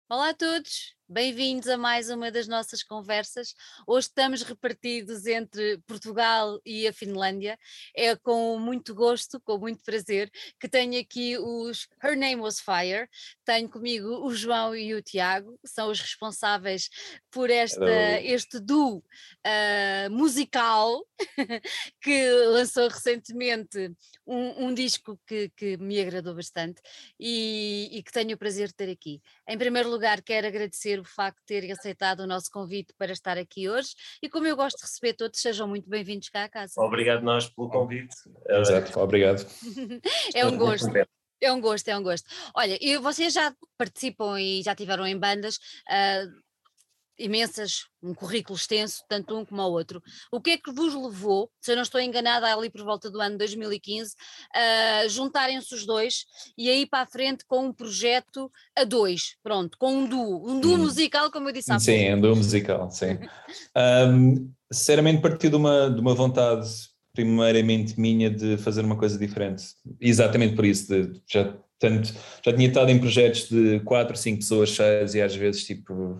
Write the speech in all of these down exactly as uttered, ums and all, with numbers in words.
Olá a todos, bem-vindos a mais uma das nossas conversas. Hoje estamos repartidos entre Portugal e a Finlândia. É com muito gosto, com muito prazer, que tenho aqui os Her Name Was Fire. Tenho comigo o João e o Tiago, que são os responsáveis por esta, Hello. este duo ah, musical que lançou recentemente um, um disco que, que me agradou bastante e, e que tenho o prazer de ter aqui. Em primeiro lugar, quero agradecer o facto de terem aceitado o nosso convite para estar aqui hoje e como eu gosto de receber todos, sejam muito bem-vindos cá à casa. Obrigado nós pelo convite. Exato, obrigado. É um Estamos muito gosto. contentes. É um gosto, é um gosto. Olha, e vocês já participam e já tiveram em bandas ah, imensas, um currículo extenso, tanto um como o outro. O que é que vos levou, se eu não estou enganada, ali por volta do ano dois mil e quinze, a juntarem-se os dois e aí para a frente com um projeto a dois, pronto, com um duo, um duo Hum. musical, como eu disse há Sim, pouco. é um duo musical, sim. Um, sinceramente partiu de uma, de uma vontade primeiramente minha de fazer uma coisa diferente. Exatamente por isso, de, já, tanto, já tinha estado em projetos de quatro, cinco pessoas cheias e às vezes tipo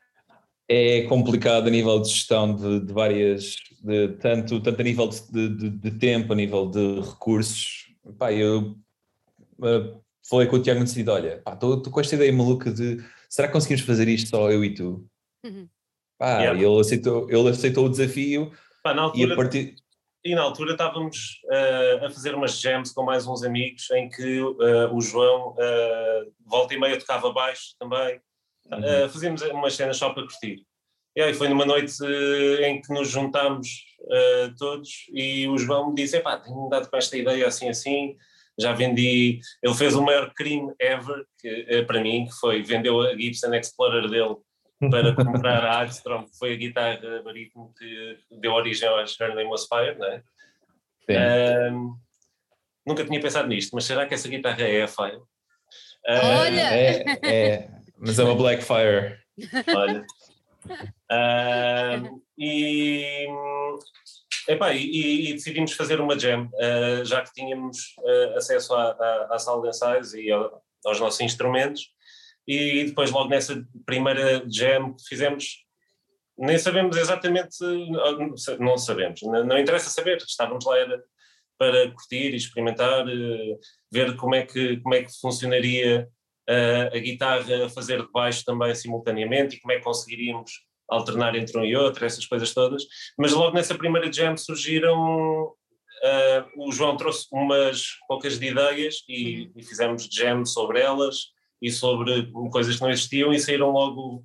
é complicado a nível de gestão de, de várias, de, tanto, tanto a nível de, de, de tempo, a nível de recursos. Pá, eu uh, falei com o Tiago no sentido, olha, estou com esta ideia maluca de será que conseguimos fazer isto só eu e tu? Uhum. Pá, Yeah. e ele aceitou, ele aceitou o desafio. Pá, na e a altura, partir... e na altura estávamos uh, a fazer umas jams com mais uns amigos em que uh, o João uh, volta e meia tocava baixo também. Uhum. Uh, fazíamos umas cenas só para curtir. E aí foi numa noite uh, em que nos juntámos uh, todos e o João me disse, epá, tenho dado com esta ideia assim assim, já vendi, ele fez o maior crime ever que, uh, para mim, que foi, vendeu a Gibson Explorer dele para comprar a Armstrong, que foi a guitarra barítono que deu origem aos Her Name Was Fire, não é? Um, nunca tinha pensado nisto, mas será que essa guitarra é a Fire? Uh, Olha! É, é, mas é uma Blackfire. Olha. Uh, e, epá, e, e decidimos fazer uma jam, uh, já que tínhamos uh, acesso à, à, à sala de ensaios e ao, aos nossos instrumentos, e depois logo nessa primeira jam que fizemos, nem sabemos exatamente, não sabemos, não, não interessa saber, estávamos lá era para curtir e experimentar, uh, ver como é que, como é que funcionaria uh, a guitarra a fazer de baixo também simultaneamente e como é que conseguiríamos alternar entre um e outro, essas coisas todas, mas logo nessa primeira jam surgiram, uh, o João trouxe umas poucas de ideias e, Uhum. e fizemos jam sobre elas e sobre coisas que não existiam e saíram logo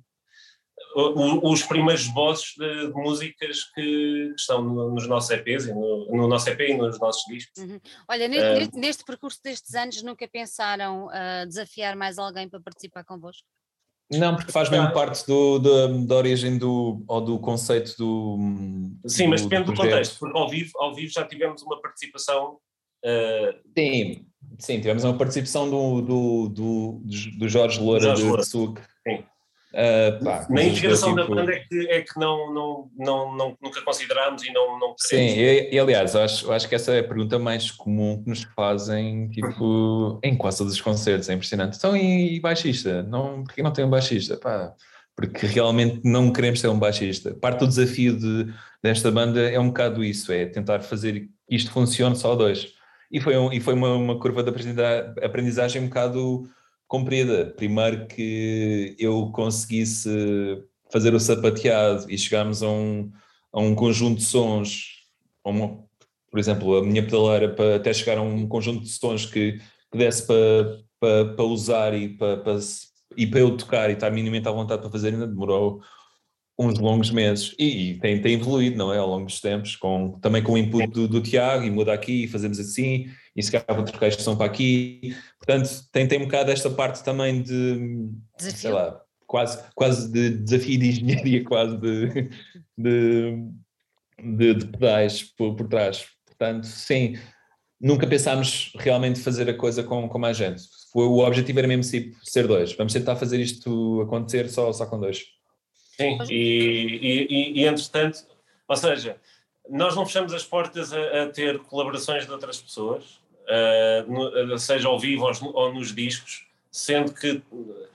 os primeiros bosses de, de músicas que estão no, nos nossos E Ps, e no, no nosso E P e nos nossos discos. Uhum. Olha, neste, Uh, neste, neste percurso destes anos nunca pensaram uh, desafiar mais alguém para participar convosco? Não, porque faz mesmo parte do, da, da origem do, ou do conceito do, sim, mas do, do depende do projeto. contexto, porque ao vivo, ao vivo já tivemos uma participação. Uh, Sim, sim, tivemos uma participação do, do, do, do Jorge Loura Jorge de, Loura. de Suc. Sim. Uh, pá, Na integração tipo... da banda é que, é que não, não, não, não, nunca considerámos e não, não queremos. Sim, e, e aliás, eu acho, eu acho que essa é a pergunta mais comum que nos fazem tipo, em quase todos os concertos, é impressionante. Então, e, e baixista? Não, porquê não tem um baixista? Pá, porque realmente não queremos ter um baixista. Parte do desafio de, desta banda é um bocado isso, é tentar fazer que isto funcione só dois. E foi, um, e foi uma, uma curva de aprendizagem um bocado comprida. Primeiro que eu conseguisse fazer o sapateado e chegarmos a um, a um conjunto de sons, uma, por exemplo, a minha pedaleira, para até chegar a um conjunto de sons que, que desse para, para, para usar e para, para, e para eu tocar e estar minimamente à vontade para fazer, ainda demorou uns longos meses e, e tem, tem evoluído, não é, ao longo dos tempos, com, também com o input do, do Tiago, e muda aqui, e fazemos assim, e se calhar vou trocar esta som para aqui, portanto tem, tem um bocado esta parte também de, Desafio? sei lá, quase, quase de desafio de engenharia, quase de, de, de, de pedais por, por trás, portanto sim, nunca pensámos realmente fazer a coisa com, com mais gente, foi, o objetivo era mesmo ser dois, vamos tentar fazer isto acontecer só, só com dois. Sim, e, e, e entretanto, ou seja, nós não fechamos as portas a, a ter colaborações de outras pessoas, uh, no, seja ao vivo ou, ou nos discos, sendo que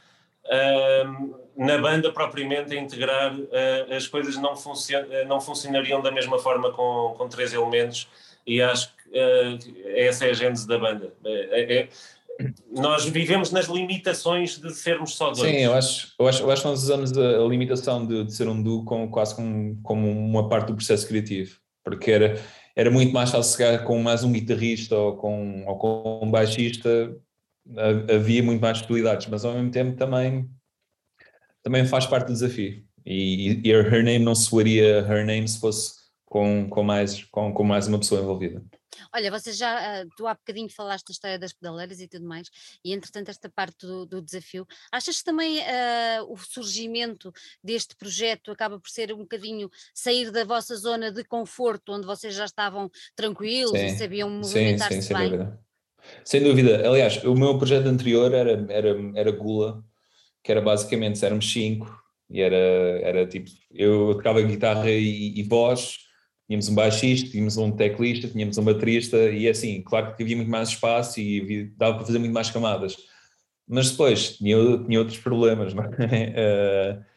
uh, na banda propriamente a integrar, uh, as coisas não, funcion não funcionariam da mesma forma com, com três elementos, e acho que uh, essa é a gênese da banda. É, é, nós vivemos nas limitações de sermos só dois. Sim, eu acho, eu acho, eu acho que nós usamos a, a limitação de, de ser um duo como, quase como, como uma parte do processo criativo, porque era, era muito mais fácil chegar com mais um guitarrista ou com, ou com um baixista, havia muito mais possibilidades, mas ao mesmo tempo também, também faz parte do desafio, e, e a Her Name não soaria Her Name se fosse com, com, mais, com, com mais uma pessoa envolvida. Olha, você já, uh, tu há bocadinho falaste da história das pedaleiras e tudo mais, e entretanto esta parte do, do desafio, achas que também uh, o surgimento deste projeto acaba por ser um bocadinho sair da vossa zona de conforto, onde vocês já estavam tranquilos Sim, e sabiam sim, sim, movimentar-se sem bem? dúvida. Sem dúvida. Aliás, o meu projeto anterior era, era, era Gula, que era basicamente, éramos cinco, e era, era tipo, eu tocava guitarra e, e voz, tínhamos um baixista, tínhamos um teclista, tínhamos um baterista, e assim, claro que havia muito mais espaço e havia, dava para fazer muito mais camadas. Mas depois tinha, tinha outros problemas, não é? Uh,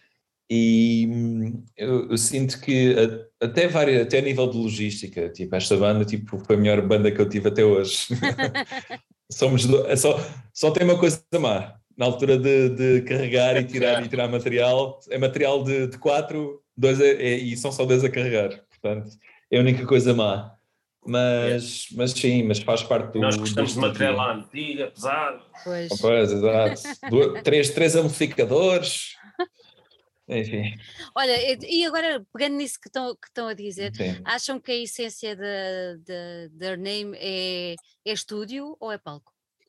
e eu, eu sinto que a, até, várias, até a nível de logística, tipo, esta banda tipo, foi a melhor banda que eu tive até hoje. Somos do, só, só tem uma coisa má. Na altura de, de carregar e tirar, e tirar material, é material de, de quatro, dois é, é, e são só dois a carregar. Portanto, é a única coisa má. Mas, mas sim, mas faz parte do. Nós gostamos de material desafio. antigo, pesado. Pois. Pois, exato. Du três, três amplificadores. Enfim. Olha, e e agora pegando nisso que estão que estão a dizer, Sim. acham que a essência da da da Her Name é, é estúdio ou é palco?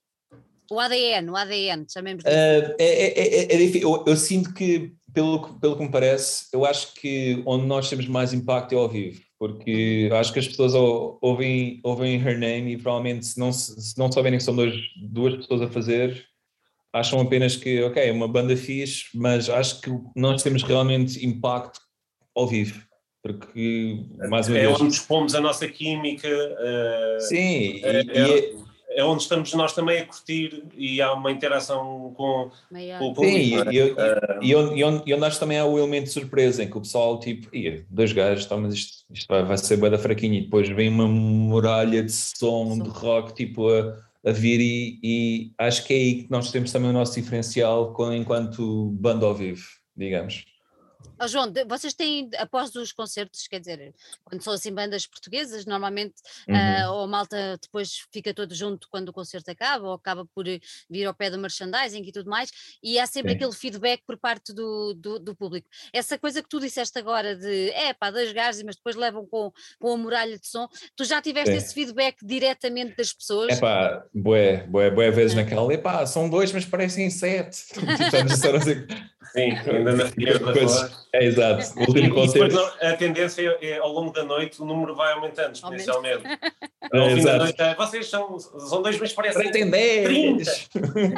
O A D N, o A D N, chamemos-lhe assim. Uh, é, é, é, é difícil. Eu, eu sinto que, pelo, que- pelo que me parece, eu acho que onde nós temos mais impacto é ao vivo, porque Uhum. acho que as pessoas ou- ouvem, ouvem Her Name e provavelmente se não, se, se não souberem que são dois, duas pessoas a fazer, acham apenas que, ok, é uma banda fixe, mas acho que nós temos realmente impacto ao vivo, porque, mais uma É vez, onde expomos a nossa química, uh, sim, é, e, e é, é onde estamos nós também a curtir, e há uma interação com, com Maior. o sim, público. Não é? e, e, Uh, e, onde, e, onde, e onde acho que também há o elemento de surpresa, em que o pessoal, tipo, ia, dois gajos, tá, mas isto, isto vai, vai ser bué da fraquinha, e depois vem uma muralha de som, de Som. rock, tipo, a, a vir, e, e acho que é aí que nós temos também o nosso diferencial com, enquanto banda ao vivo, digamos. Oh, João, de- vocês têm, após os concertos, quer dizer, quando são assim bandas portuguesas, normalmente ah, Uhum. ou a malta depois fica todo junto quando o concerto acaba, ou acaba por eh, vir ao pé do merchandising e tudo mais, e há sempre Sim. aquele feedback por parte do, do, do público. Essa coisa que tu disseste agora de, é pá, dois gajos, mas depois levam com, com a muralha de som, tu já tiveste esse Sim. feedback diretamente das pessoas? Epá, bué, bué, bué vezes Ah. naquela, epá, são dois, mas parecem sete. Tipo, já nos disseram assim. sim, ainda na Figueira da Coisas. Foz. É exato. O E, último e depois concerto. não, a tendência é, é, ao longo da noite, o número vai aumentando Ao menos. exponencialmente. É, Ao fim da exato. noite, é, vocês são, são dois, mas parecem Parecem trinta. dez.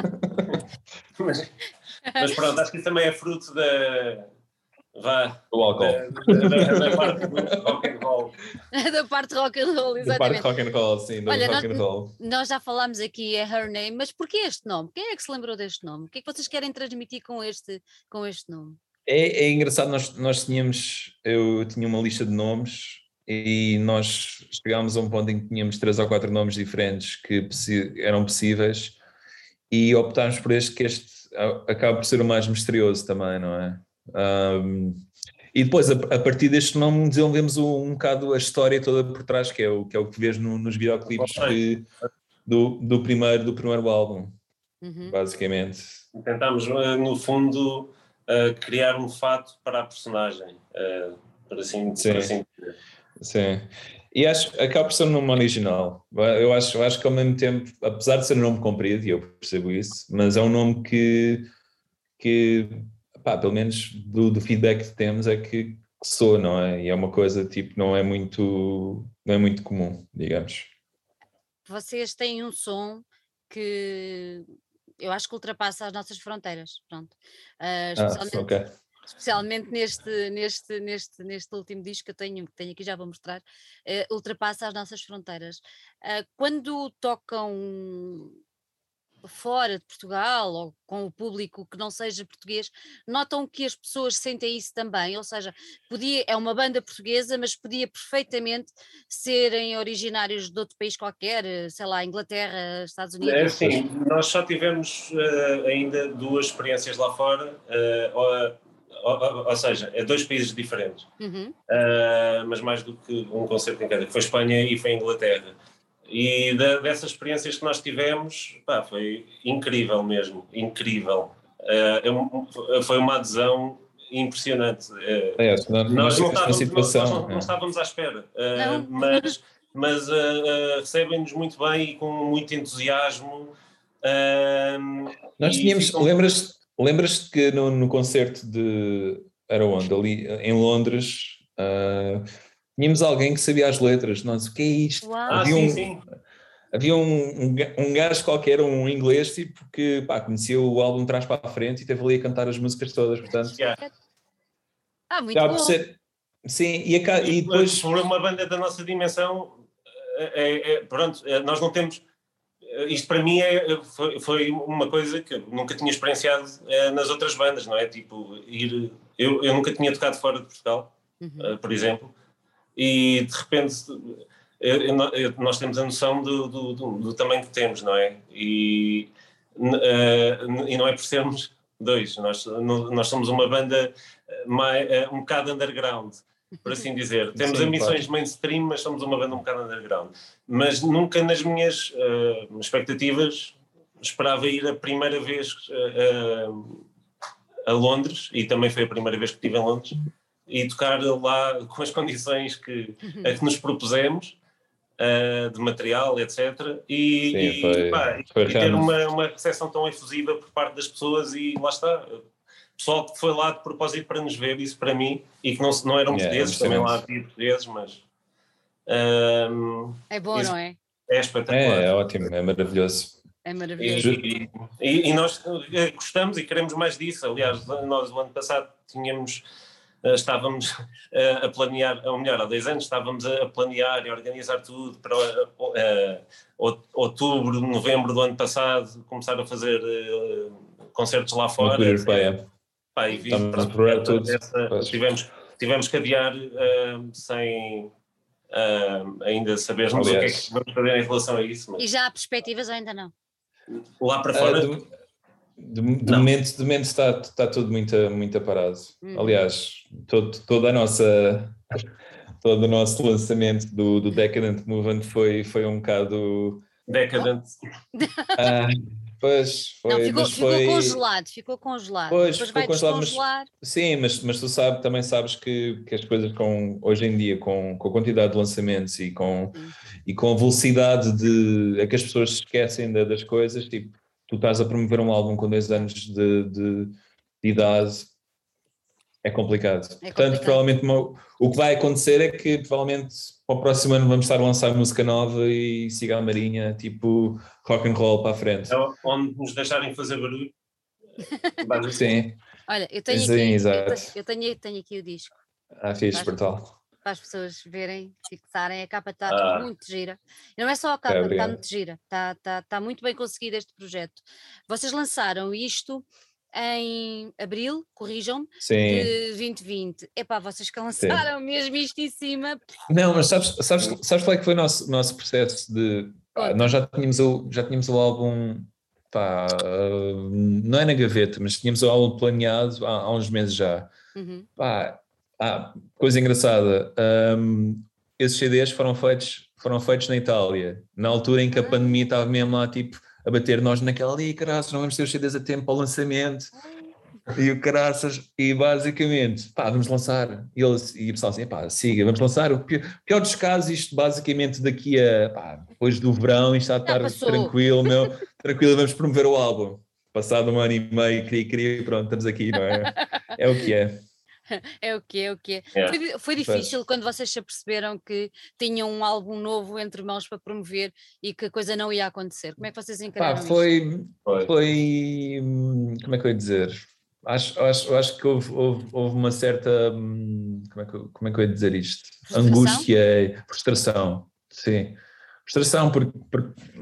mas, mas pronto, acho que isso também é fruto da, vá, O álcool. da, da, da parte do rock and roll. Da parte rock and roll, Da parte exatamente. rock and roll, sim, do Olha, rock nós, and roll. nós já falámos aqui a Her Name, mas porquê este nome? Quem é que se lembrou deste nome? O que é que vocês querem transmitir com este, com este nome? É, é engraçado, nós, nós tínhamos, eu tinha uma lista de nomes e nós chegámos a um ponto em que tínhamos três ou quatro nomes diferentes que possi- eram possíveis e optámos por este, que este a- acaba por ser o mais misterioso também, não é? Um, e depois, a, a partir deste nome, desenvolvemos um, um bocado a história toda por trás, que é o que, é o que vês no- nos videoclipes que, do, do, primeiro, do primeiro álbum, Uhum. basicamente. Tentámos, no fundo, uh, criar um fato para a personagem, uh, por assim, Sim. por assim dizer. Sim. E acho acaba por ser um nome original. Eu acho, eu acho que ao mesmo tempo, apesar de ser um nome comprido, e eu percebo isso, mas é um nome que, que pá, pelo menos do, do feedback que temos é que, que soa, não é? E é uma coisa tipo, não é muito, não é muito comum, digamos. Vocês têm um som que eu acho que ultrapassa as nossas fronteiras, pronto. Uh, Ah, especialmente, ok. especialmente neste, neste, neste, neste último disco que eu tenho, que tenho aqui, já vou mostrar, uh, ultrapassa as nossas fronteiras. Uh, quando tocam fora de Portugal ou com o público que não seja português, notam que as pessoas sentem isso também, ou seja, podia, é uma banda portuguesa, mas podia perfeitamente serem originários de outro país qualquer, sei lá, Inglaterra, Estados É Unidos. assim, nós só tivemos uh, ainda duas experiências lá fora, uh, ou, ou, ou seja, é dois países diferentes, Uhum. uh, mas mais do que um concerto em cada, foi Espanha e foi Inglaterra. E da, dessas experiências que nós tivemos, pá, foi incrível mesmo, incrível. Uh, foi uma adesão impressionante. Uh, É, não, nós, não não estávamos, situação, nós não, é. não estávamos à espera, uh, Não. mas, mas uh, uh, recebem-nos muito bem e com muito entusiasmo. Uh, Nós tínhamos, ficam... lembras-te lembras que no, no concerto de, era onde? Ali em Londres, uh, tínhamos alguém que sabia as letras. Nós, o que é isto? Ah, havia sim, um, sim. Havia um, um, um gajo qualquer, um inglês, tipo, que pá, conhecia o álbum de trás para a frente e esteve ali a cantar as músicas todas, portanto... Yeah. Ah, muito bom. Ser, sim, e, a, e, e depois... Por uma banda da nossa dimensão, é, é, pronto, nós não temos... Isto para mim é, foi, foi uma coisa que eu nunca tinha experienciado é, nas outras bandas, não é? Tipo, ir... Eu, eu nunca tinha tocado fora de Portugal, uhum. uh, por exemplo, e de repente... Eu, eu, nós temos a noção do, do, do, do tamanho que temos, não é? E, uh, e não é por sermos dois, nós, nós somos uma banda mais, uh, um bocado underground, por assim dizer. Temos Sim, ambições claro. mainstream, mas somos uma banda um bocado underground. Mas nunca nas minhas uh, expectativas esperava ir a primeira vez uh, a Londres, e também foi a primeira vez que estive em Londres, e tocar lá com as condições que, a que nos propusemos, uh, de material, etcétera. E, Sim, foi, e, pá, foi e ter uma, uma recepção tão efusiva por parte das pessoas, e lá está. Pessoal que foi lá de propósito para nos ver, isso para mim, e que não, não eram yeah, portugueses, também lá havia portugueses, mas... Um, é bom, não é? É espetacular. É, é ótimo, é maravilhoso. É maravilhoso. E, e, e nós gostamos e queremos mais disso. Aliás, nós o ano passado tínhamos... estávamos a planear, ou melhor, há dois anos estávamos a planear e a organizar tudo para uh, outubro, novembro do ano passado, começar a fazer uh, concertos lá fora. Europeia. Pá, e vi, Estamos pronto, a procurar tudo. essa, tivemos, tivemos que adiar uh, sem uh, ainda sabermos Aliás. o que é que vamos fazer em relação a isso. Mas... E já há perspectivas ou ainda não? Lá para fora... Uh, De, de, momento, de momento está, está tudo muito, muito parado. Hum. Aliás, todo, toda a nossa, todo o nosso lançamento do, do Decadent Movement foi, foi um bocado... Decadent. Ah, pois, foi, não, ficou, mas ficou foi... congelado, ficou congelado. Pois, Depois ficou vai congelado, descongelar. Mas, sim, mas, mas tu sabe, também sabes que, que as coisas com, hoje em dia, com, com a quantidade de lançamentos e com, e com a velocidade de, a que as pessoas se esquecem de, das coisas, tipo, tu estás a promover um álbum com dois anos de, de, de idade, é complicado. É Portanto, complicado. Provavelmente o que vai acontecer é que provavelmente para o próximo ano vamos estar a lançar música nova e siga a marinha, tipo rock and roll para a frente. É onde nos deixarem fazer barulho. Sim. Olha, eu tenho Sim, aqui, exato. eu tenho, eu tenho aqui o disco. Ah, fixe, brutal. Para as pessoas verem, fixarem, a capa está ah. muito gira. E não é só a capa, está muito gira, está, está, está muito bem conseguido este projeto. Vocês lançaram isto em abril, corrijam-me, de vinte e vinte. Epá, vocês que lançaram Sim. mesmo isto em cima. Não, mas sabes, sabes, sabes qual é que foi o nosso, nosso processo de... Pá, nós já tínhamos o, já tínhamos o álbum, pá, uh, não é na gaveta, mas tínhamos o álbum planeado há, há uns meses já. Uhum. Pá, Ah, coisa engraçada, um, esses C Ds foram feitos, foram feitos na Itália, na altura em que a pandemia estava mesmo lá, tipo, a bater nós naquela ali, caraças, não vamos ter os C Ds a tempo para o lançamento, e o caraças, e basicamente, pá, vamos lançar, e, eles, e o pessoal assim, pá, siga, vamos lançar, o pior, pior dos casos, isto basicamente daqui a, pá, depois do verão, isto está a estar tranquilo, meu, tranquilo, vamos promover o álbum, passado um ano e meio, queria, queria, pronto, estamos aqui, não é? É o que é. É o que é, o que é. Yeah. Foi, foi difícil quando vocês se aperceberam que tinham um álbum novo entre mãos para promover e que a coisa não ia acontecer. Como é que vocês encararam Pá, foi, isto? Foi, como é que eu ia dizer? Acho, acho, acho que houve, houve, houve uma certa, como é, que, eu, como é que eu ia dizer isto? Frustração? Angústia, frustração, sim. Frustração porque, porque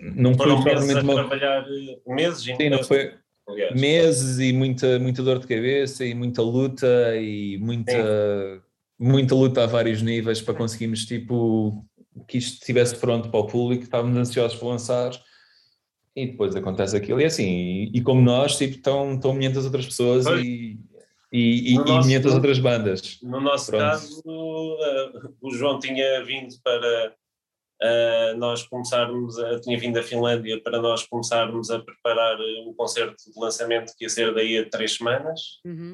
não foi Foram meses a provavelmente uma... trabalhar, meses e Sim, não foi aliás. meses e muita, muita dor de cabeça e muita luta e muita, Sim. muita luta a vários níveis para conseguirmos tipo, que isto estivesse pronto para o público, estávamos ansiosos para lançar e depois acontece aquilo e assim, e, e como nós, tipo, estão, estão milhentas outras pessoas Pois, e, e, no e, e nosso, milhentas no, outras bandas. no nosso Pronto. caso, uh, o João tinha vindo para uh, nós começarmos, a, tinha vindo da Finlândia para nós começarmos a preparar o concerto de lançamento que ia ser daí a três semanas. Uhum.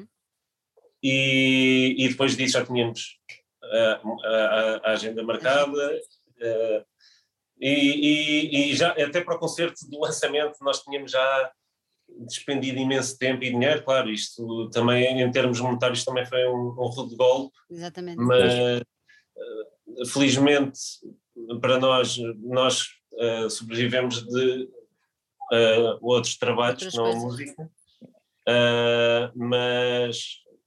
E, e depois disso já tínhamos uh, a, a agenda marcada. Uh, e, e, e já até para o concerto de lançamento nós tínhamos já despendido imenso tempo e dinheiro, claro, isto também em termos monetários também foi um, um rude golpe. Exatamente. Mas uh, felizmente para nós, nós uh, sobrevivemos de uh, outros trabalhos Outras que não a coisas. música, uh, mas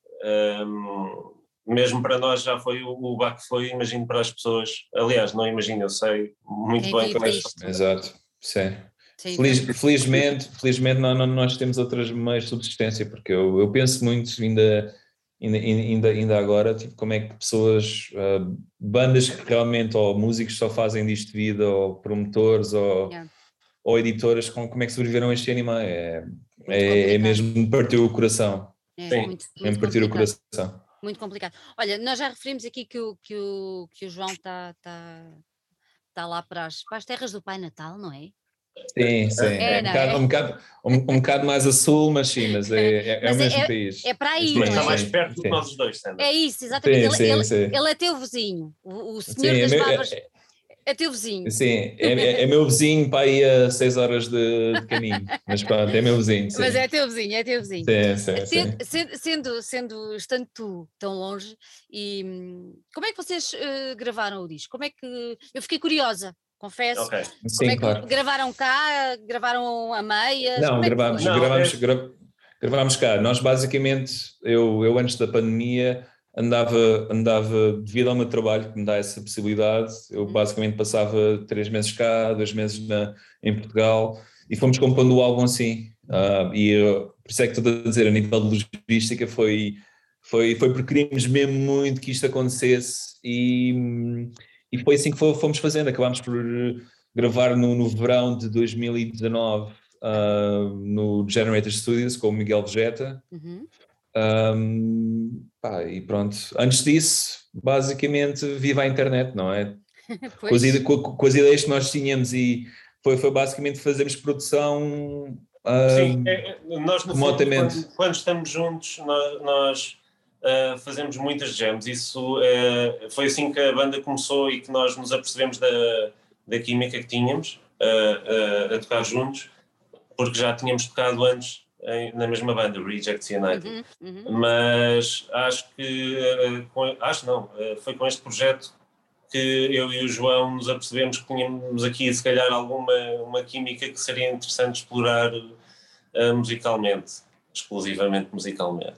um, mesmo para nós já foi o, o baque foi, imagino para as pessoas, aliás, não imagino, eu sei muito Quem bem como é que vive isto. Exato, sim. Sim, Feliz, foi- felizmente, felizmente nós, nós temos outras meios de subsistência, porque eu, eu penso muito ainda, ainda, ainda, ainda agora, tipo, como é que pessoas, uh, bandas que realmente, ou músicos só fazem disto de vida, ou promotores, ou, Yeah. ou editoras, como, como é que sobreviveram a este anime? É, Muito é, é complicado. mesmo me partiu o coração. É Sim. muito, É muito me partir o complicado. coração. Muito complicado. Olha, nós já referimos aqui que o, que o, que o João está tá, tá lá para as, para as terras do Pai Natal, não é? Sim, sim. É, É um não bocado, é? um bocado, um, um bocado mais a sul, mas sim, mas é, é, é Mas o é, mesmo é, país. é para aí, Sim, mas não está é? mais sim, perto do que sim. nós os dois, Sandra. É isso, exatamente. Sim, Ele, sim, ele, sim. ele é teu vizinho. O, o senhor Sim, é das meu, barbas é, é teu vizinho. sim, é, é, é meu vizinho para ir a seis horas de, de caminho, mas pronto, é meu vizinho, Mas sim. é teu vizinho, é teu vizinho. Sim, sim, Sendo, sim. sendo, sendo, sendo- estando tu tão longe, e hum, como é que vocês eh, gravaram o disco? Como é que. Eu fiquei curiosa, confesso. Ok. Como Sim, é que claro. gravaram cá? Gravaram a meias? Não, Como é que foi? gravámos, Não, é, gravámos, gra, gravámos cá. Nós basicamente, eu, eu antes da pandemia andava, andava, devido ao meu trabalho que me dá essa possibilidade, eu Uhum. basicamente passava três meses cá, dois meses na, em Portugal e fomos compondo o álbum assim. Ah, e eu, por isso é que estou a dizer, a nível de logística foi, foi, foi porque queríamos mesmo muito que isto acontecesse e, e foi assim que fomos fazendo. Acabámos por gravar no, no verão de dois mil e dezanove uh, no Generator Studios com o Miguel Vegeta. Uhum. Um, pá, e pronto, antes disso, basicamente, viva a internet, não é? Com as, Pois. com, com as ideias que nós tínhamos e foi, foi basicamente fazermos produção sim, um, é, é, nós no fundo, remotamente. quando, quando estamos juntos, nós, nós uh, fazemos muitas jams. Isso uh, foi assim que a banda começou e que nós nos apercebemos da, da química que tínhamos uh, uh, a tocar juntos, porque já tínhamos tocado antes em, na mesma banda, Rejects United. Uhum, uhum. Mas acho que, uh, com, acho não, uh, foi com este projeto que eu e o João nos apercebemos que tínhamos aqui, se calhar, alguma uma química que seria interessante explorar uh, musicalmente, exclusivamente musicalmente.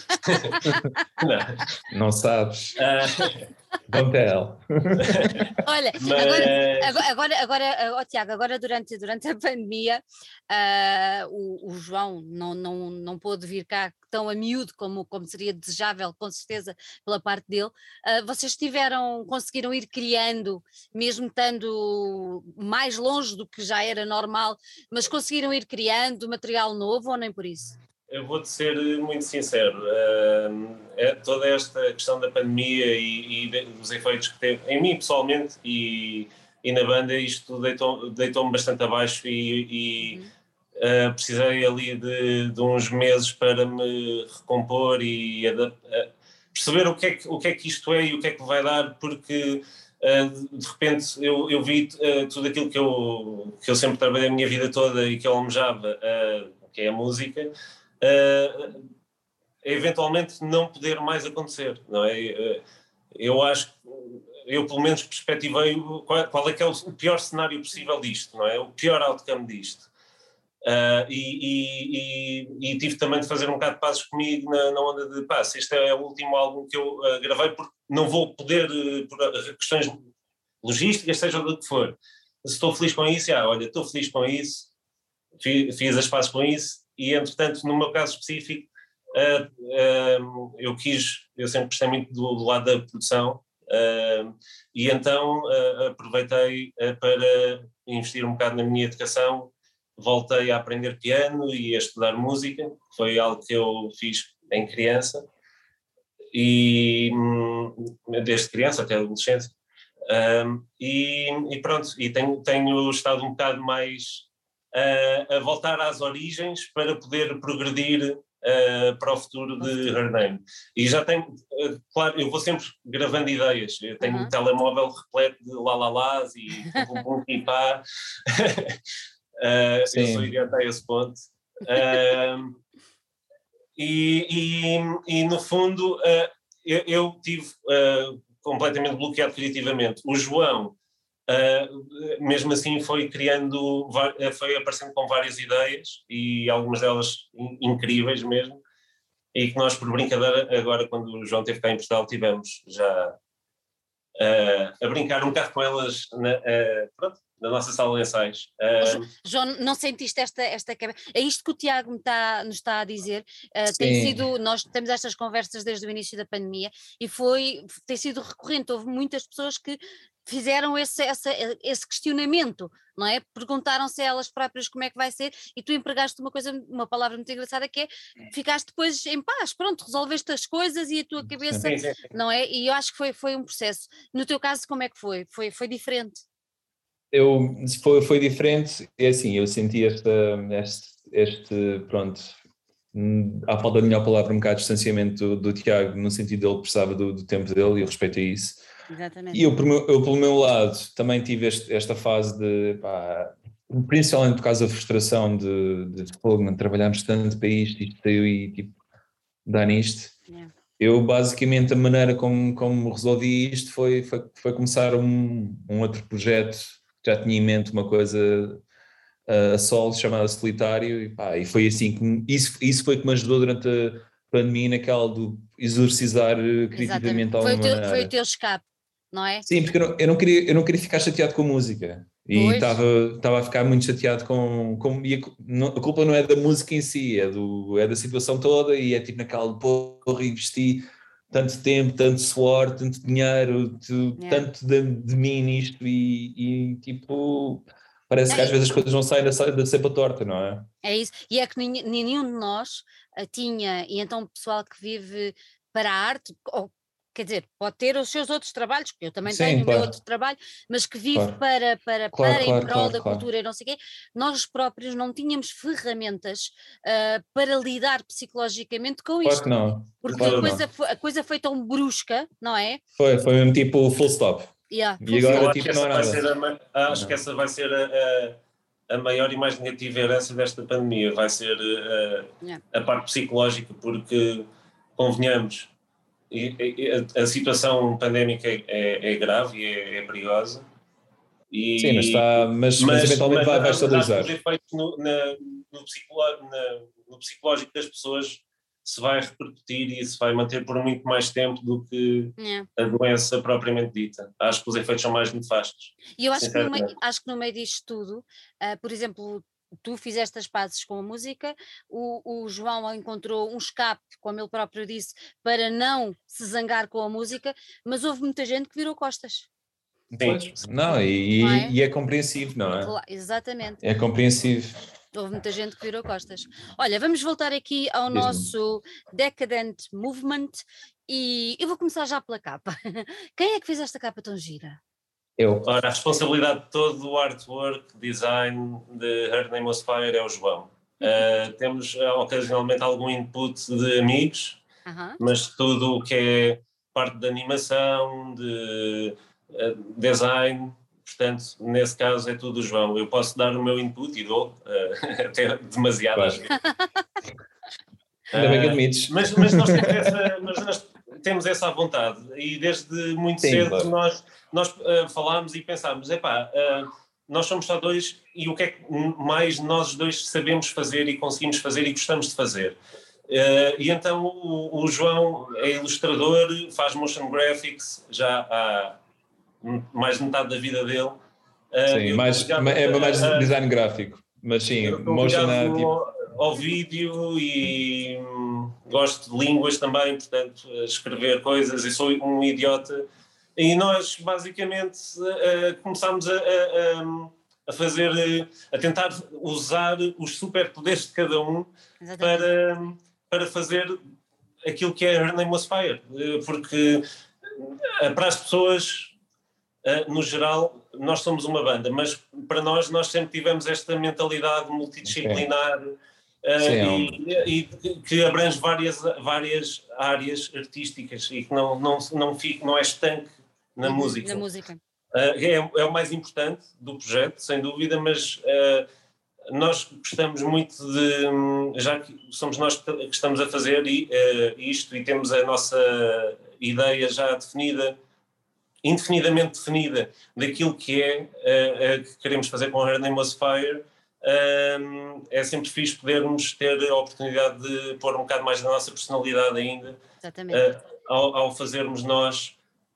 Não, não sabes. Uh, Don't tell. Olha, mas... agora, agora, agora oh, Tiago, agora durante, durante a pandemia, uh, o, o João não, não, não pôde vir cá tão a miúdo como, como seria desejável, com certeza, pela parte dele. Uh, vocês tiveram, conseguiram ir criando, mesmo estando mais longe do que já era normal, mas conseguiram ir criando material novo ou nem por isso? Eu vou-te ser muito sincero, uh, é toda esta questão da pandemia e, e de, dos efeitos que teve em mim pessoalmente e, e na banda, isto deitou, deitou-me bastante abaixo e, e uhum. uh, precisei ali de, de uns meses para me recompor e uh, perceber o que, é que, o que é que isto é e o que é que vai dar, porque uh, de repente eu, eu vi uh, tudo aquilo que eu, que eu sempre trabalhei a minha vida toda e que eu almejava, uh, que é a música, Uh, eventualmente não poder mais acontecer, não é? Uh, eu acho, eu pelo menos perspectivei qual, qual é que é o, o pior cenário possível disto, não é? O pior outcome disto. Uh, e, e, e, e tive também de fazer um bocado de pazes comigo na, na onda de, pá, se este é o último álbum que eu uh, gravei, porque não vou poder, uh, por questões logísticas, seja do que for, se estou feliz com isso, ah, olha, estou feliz com isso, fiz, fiz as pazes com isso, e entretanto, no meu caso específico, uh, uh, eu quis, eu sempre gostei muito do, do lado da produção, uh, e então uh, aproveitei uh, para investir um bocado na minha educação, voltei a aprender piano e a estudar música, foi algo que eu fiz em criança, e desde criança até a adolescência, um, e, e pronto, e tenho, tenho estado um bocado mais uh, a voltar às origens para poder progredir uh, para o futuro de Her Name. E já tenho, uh, claro, eu vou sempre gravando ideias, eu tenho uh-huh. um telemóvel repleto de lá-lá-lás e bum e pá, uh, eu sou idiota a esse ponto. Uh, E, e, e no fundo uh, eu, eu tive uh, completamente bloqueado criativamente. O João, uh, mesmo assim, foi criando, foi aparecendo com várias ideias e algumas delas in, incríveis mesmo, e que nós, por brincadeira, agora quando o João esteve cá em Portugal, tivemos já uh, a brincar um bocado com elas na, uh, pronto, na nossa sala de ensaios. Uh, João, não sentiste esta, esta quebra? É isto que o Tiago me está, nos está a dizer. Uh, tem sido, nós temos estas conversas desde o início da pandemia e foi, tem sido recorrente. Houve muitas pessoas que fizeram esse, esse, esse questionamento, não é? Perguntaram-se a elas próprias como é que vai ser, e tu empregaste uma coisa, uma palavra muito engraçada, que é, ficaste depois em paz, pronto, resolveste as coisas e a tua cabeça, sim, sim, sim. Não é? E eu acho que foi, foi um processo. No teu caso, como é que foi? Foi, foi diferente? Eu, foi, foi diferente, é assim, eu senti esta, este, este, pronto, à falta de melhor palavra, um bocado de distanciamento do, do Tiago, no sentido de ele precisava do, do tempo dele, e eu respeitei isso. Exatamente. E eu, eu, pelo meu lado, também tive este, esta fase de, pá, principalmente por causa da frustração de, de fogo, não trabalharmos tanto para isto, isto saiu e tipo, dá nisto. Yeah. Eu, basicamente, a maneira como, como resolvi isto foi, foi, foi começar um, um outro projeto. Já tinha em mente uma coisa uh, a solo, chamada Solitário, e, pá, e foi assim, que, isso, isso foi que me ajudou durante a pandemia, naquela do exorcizar criativamente de alguma foi maneira. Foi o teu escape, não é? Sim, porque eu não, eu não, queria, eu não queria ficar chateado com a música, e estava a ficar muito chateado com... com e a, não, a culpa não é da música em si, é, do, é da situação toda, e é tipo naquela, porra, investi tanto tempo, tanto suor, tanto dinheiro, tu, yeah. tanto de, de mim nisto, e, e tipo, parece que às vezes as coisas não saem da, da cepa torta, não é? É isso, e é que nenhum de nós uh, tinha, e então o pessoal que vive para a arte, ou, quer dizer, pode ter os seus outros trabalhos, eu também Sim, tenho claro. o meu outro trabalho, mas que vive claro. para, para, claro, para claro, em prol claro, da claro. cultura e não sei o quê, nós próprios não tínhamos ferramentas uh, para lidar psicologicamente com claro isto. Que não. Porque claro a, coisa não. foi, a coisa foi tão brusca, não é? Foi, foi mesmo tipo full stop. Yeah, e agora acho tipo que não há nada. A, acho não. que essa vai ser a, a, a maior e mais negativa herança desta pandemia, vai ser a, yeah. a parte psicológica, porque, convenhamos, E, e, a, a situação pandémica é, é, é grave e é, é perigosa. E, Sim, mas, está, mas, mas, mas eventualmente mas, vai, vai estabilizar. Os efeitos no, na, no, psicolo, na, no psicológico das pessoas se vai repercutir e se vai manter por muito mais tempo do que yeah. a doença propriamente dita. Acho que os efeitos são mais nefastos. E eu acho que, no meio, acho que no meio disto tudo, uh, por exemplo, tu fizeste as pazes com a música, o, o João encontrou um escape, como ele próprio disse, para não se zangar com a música, mas houve muita gente que virou costas. Pois, não, e, não é? e é compreensível, não é? Claro, exatamente. É compreensível. Houve muita gente que virou costas. Olha, vamos voltar aqui ao Diz-me. nosso Decadent Movement e eu vou começar já pela capa. Quem é que fez esta capa tão gira? Eu. Ora, a responsabilidade de todo o artwork, design de Her Name Was Fire é o João. Uh, temos uh, ocasionalmente algum input de amigos, uh-huh. mas tudo o que é parte de animação, de uh, design, portanto, nesse caso é tudo o João. Eu posso dar o meu input e dou, uh, até demasiado às vezes. Ainda bem que admites. Mas, mas, nós temos essa, mas nós temos essa vontade e desde muito Sim, cedo claro. nós, nós uh, falámos e pensámos, epá, uh, nós somos só dois e o que é que mais nós dois sabemos fazer e conseguimos fazer e gostamos de fazer. Uh, e então o, o João é ilustrador, faz motion graphics já há mais de metade da vida dele Uh, sim, mais, ligado, é mais uh, design gráfico, mas sim, motion na, tipo... ao, ao vídeo e hum, gosto de línguas também, portanto, escrever coisas e sou um idiota. E nós, basicamente, uh, começámos a, a, a fazer, a tentar usar os superpoderes de cada um para, para fazer aquilo que é Her Name Was Fire, porque para as pessoas, no geral, nós somos uma banda, mas para nós, nós sempre tivemos esta mentalidade multidisciplinar, okay. uh, e, e que abrange várias, várias áreas artísticas e que não, não, não, fica, não é estanque na uhum, música. Na música. Uh, é, é o mais importante do projeto, sem dúvida, mas uh, nós gostamos muito de, já que somos nós que estamos a fazer uh, isto e temos a nossa ideia já definida, indefinidamente definida, daquilo que é uh, uh, que queremos fazer com Her Name Was Fire, uh, é sempre fixe podermos ter a oportunidade de pôr um bocado mais da nossa personalidade ainda, uh, ao, ao fazermos nós